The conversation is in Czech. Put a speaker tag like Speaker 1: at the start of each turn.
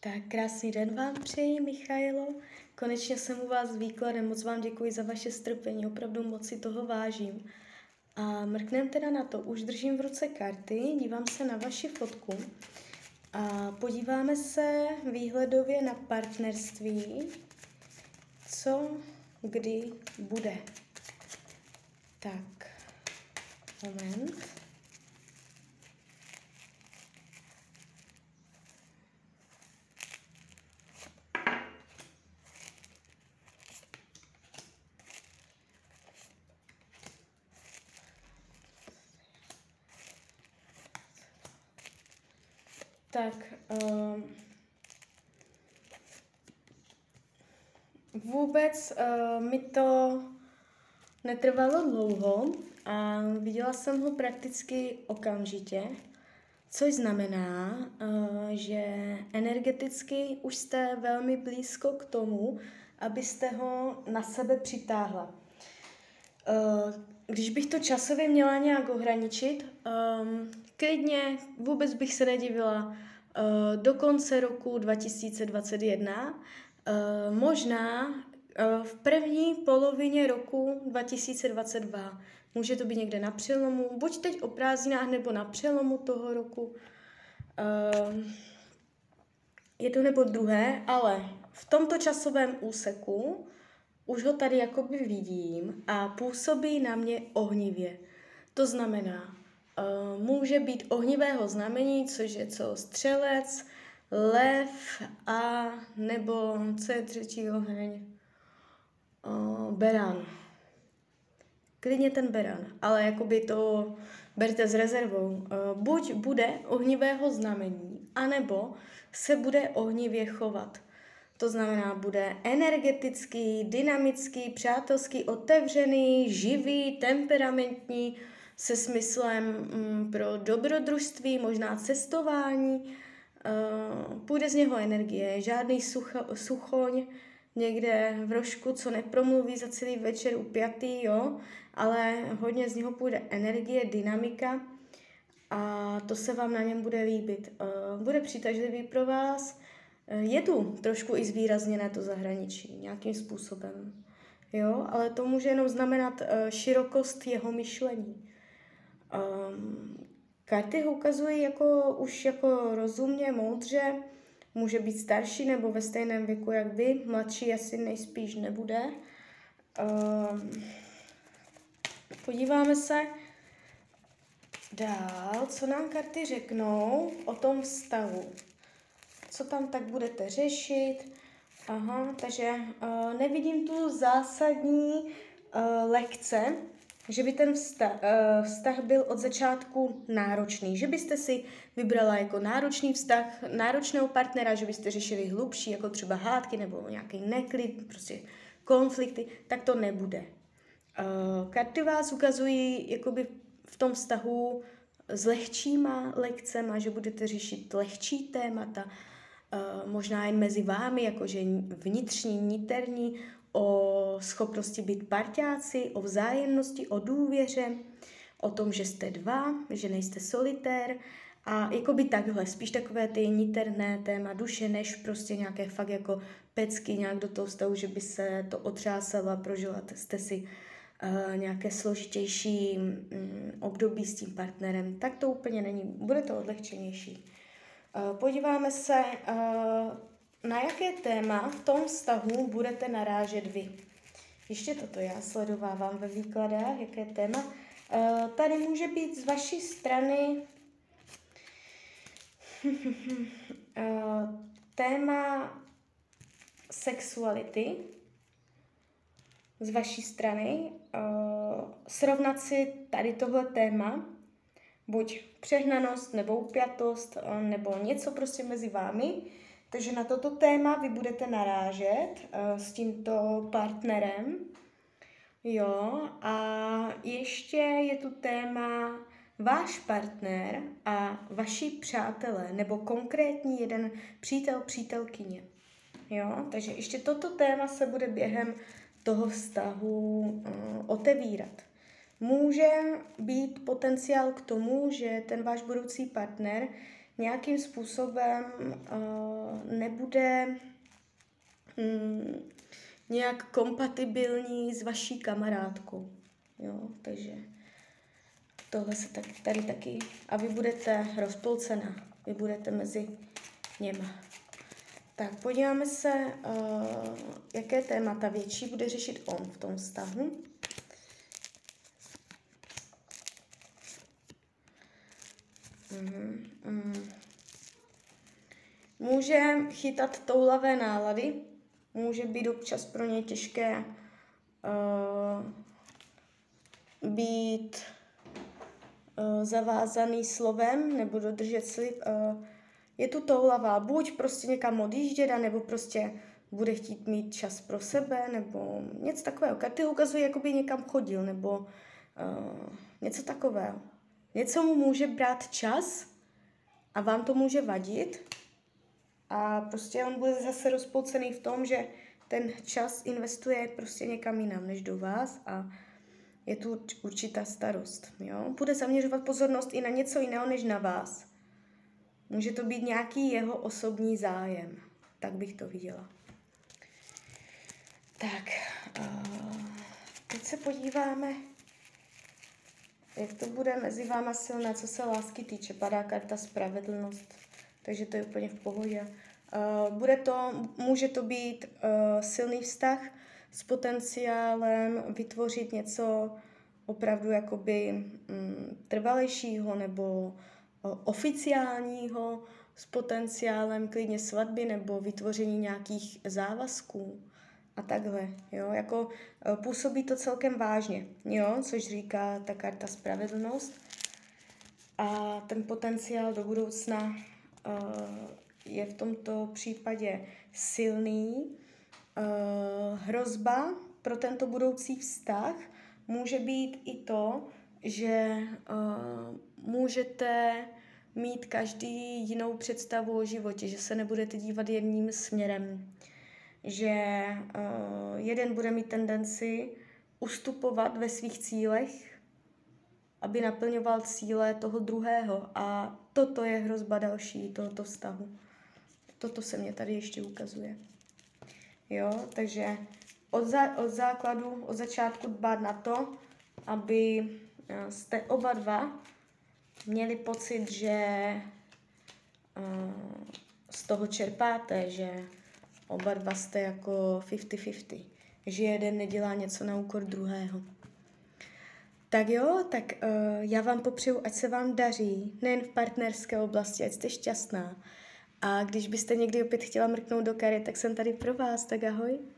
Speaker 1: Tak krásný den vám přeji, Michailo. Konečně jsem u vás s výkladem, moc vám děkuji za vaše strpení, opravdu moc si toho vážím. A mrknem teda na to, už držím v ruce karty, dívám se na vaši fotku a podíváme se výhledově na partnerství, co kdy bude. Tak, moment. Tak, vůbec mi to netrvalo dlouho a viděla jsem ho prakticky okamžitě, což znamená, že energeticky už jste velmi blízko k tomu, abyste ho na sebe přitáhla. Když bych to časově měla nějak ohraničit, klidně vůbec bych se nedivila do konce roku 2021, možná v první polovině roku 2022. Může to být někde na přelomu, buď teď o prázdninách, nebo na přelomu toho roku. Je to nebo druhé, ale v tomto časovém úseku už ho tady jakoby vidím a působí na mě ohnivě. To znamená, může být ohnivého znamení, což je střelec, lev a nebo co je třetí oheň? Beran. Klidně ten beran, ale jakoby to berte s rezervou. Buď bude ohnivého znamení, anebo se bude ohnivě chovat. To znamená, bude energetický, dynamický, přátelský, otevřený, živý, temperamentní, se smyslem pro dobrodružství, možná cestování. Půjde z něho energie, žádný suchoň, někde v rožku, co nepromluví za celý večer upjatý, jo, ale hodně z něho půjde energie, dynamika a to se vám na něm bude líbit. Bude přitažlivý pro vás, je tu trošku i zvýrazněné to zahraničí nějakým způsobem, jo, ale to může jenom znamenat širokost jeho myšlení. Karty ho ukazují už jako rozumně, moudře, může být starší nebo ve stejném věku jak vy, mladší asi nejspíš nebude. Podíváme se dál, co nám karty řeknou o tom vztahu. Co tam tak budete řešit? Aha, takže nevidím tu zásadní lekce, že by ten vztah byl od začátku náročný. Že byste si vybrala jako náročný vztah, náročného partnera, že byste řešili hlubší, jako třeba hádky nebo nějaký neklid, prostě konflikty, tak to nebude. Karty vás ukazují jakoby v tom vztahu s lehčíma lekcema, že budete řešit lehčí témata, možná i mezi vámi, jakože vnitřní, niterní, o schopnosti být parťáci, o vzájemnosti, o důvěře, o tom, že jste dva, že nejste solitér a jakoby takhle, spíš takové ty niterné téma duše, než prostě nějaké fakt jako pecky nějak do toho stavu, že by se to otřásalo a prožila jste si nějaké složitější období s tím partnerem, tak to úplně není, bude to odlehčenější. Podíváme se, na jaké téma v tom vztahu budete narážet vy. Ještě toto já sledovávám ve výkladech, jaké téma. Tady může být z vaší strany téma sexuality, z vaší strany, srovnat si tady tohle téma, buď přehnanost, nebo upjatost, nebo něco prostě mezi vámi. Takže na toto téma vy budete narážet s tímto partnerem. Jo, a ještě je tu téma váš partner a vaši přátelé, nebo konkrétní jeden přítel, přítelkyně. Jo, takže ještě toto téma se bude během toho vztahu otevírat. Může být potenciál k tomu, že ten váš budoucí partner nějakým způsobem nebude nějak kompatibilní s vaší kamarádkou. Jo, takže tohle se tady taky... A vy budete rozpolcená. Vy budete mezi něma. Tak, podíváme se, jaké témata větší bude řešit on v tom vztahu. Může chytat toulavé nálady, může být občas pro ně těžké být zavázaný slovem nebo dodržet slib. Je tu toulavá, buď prostě někam odjíždět, nebo prostě bude chtít mít čas pro sebe, nebo něco takového. Karty ukazují, jako by někam chodil, nebo něco takového. Něco mu může brát čas a vám to může vadit. A prostě on bude zase rozpolcený v tom, že ten čas investuje prostě někam jinam než do vás a je tu určitá starost. Jo? Bude zaměřovat pozornost i na něco jiného než na vás. Může to být nějaký jeho osobní zájem. Tak bych to viděla. Tak, teď se podíváme, jak to bude mezi váma silné, co se lásky týče. Padá karta spravedlnost, takže to je úplně v pohodě. Může to být silný vztah s potenciálem vytvořit něco opravdu jakoby trvalejšího nebo oficiálního s potenciálem klidně svatby nebo vytvoření nějakých závazků a takhle, jo, jako působí to celkem vážně, jo, což říká ta karta spravedlnost a ten potenciál do budoucna je v tomto případě silný. Hrozba pro tento budoucí vztah může být i to, že můžete mít každý jinou představu o životě, že se nebudete dívat jedním směrem, že jeden bude mít tendenci ustupovat ve svých cílech, aby naplňoval cíle toho druhého. A toto je hrozba další tohoto vztahu. Toto se mě tady ještě ukazuje. Jo, takže od základu, od začátku dbát na to, aby jste oba dva měli pocit, že z toho čerpáte, že oba dva jste jako 50-50, že jeden nedělá něco na úkor druhého. Tak jo, tak já vám popřeju, ať se vám daří, nejen v partnerské oblasti, ať jste šťastná. A když byste někdy opět chtěla mrknout do karet, tak jsem tady pro vás, tak ahoj.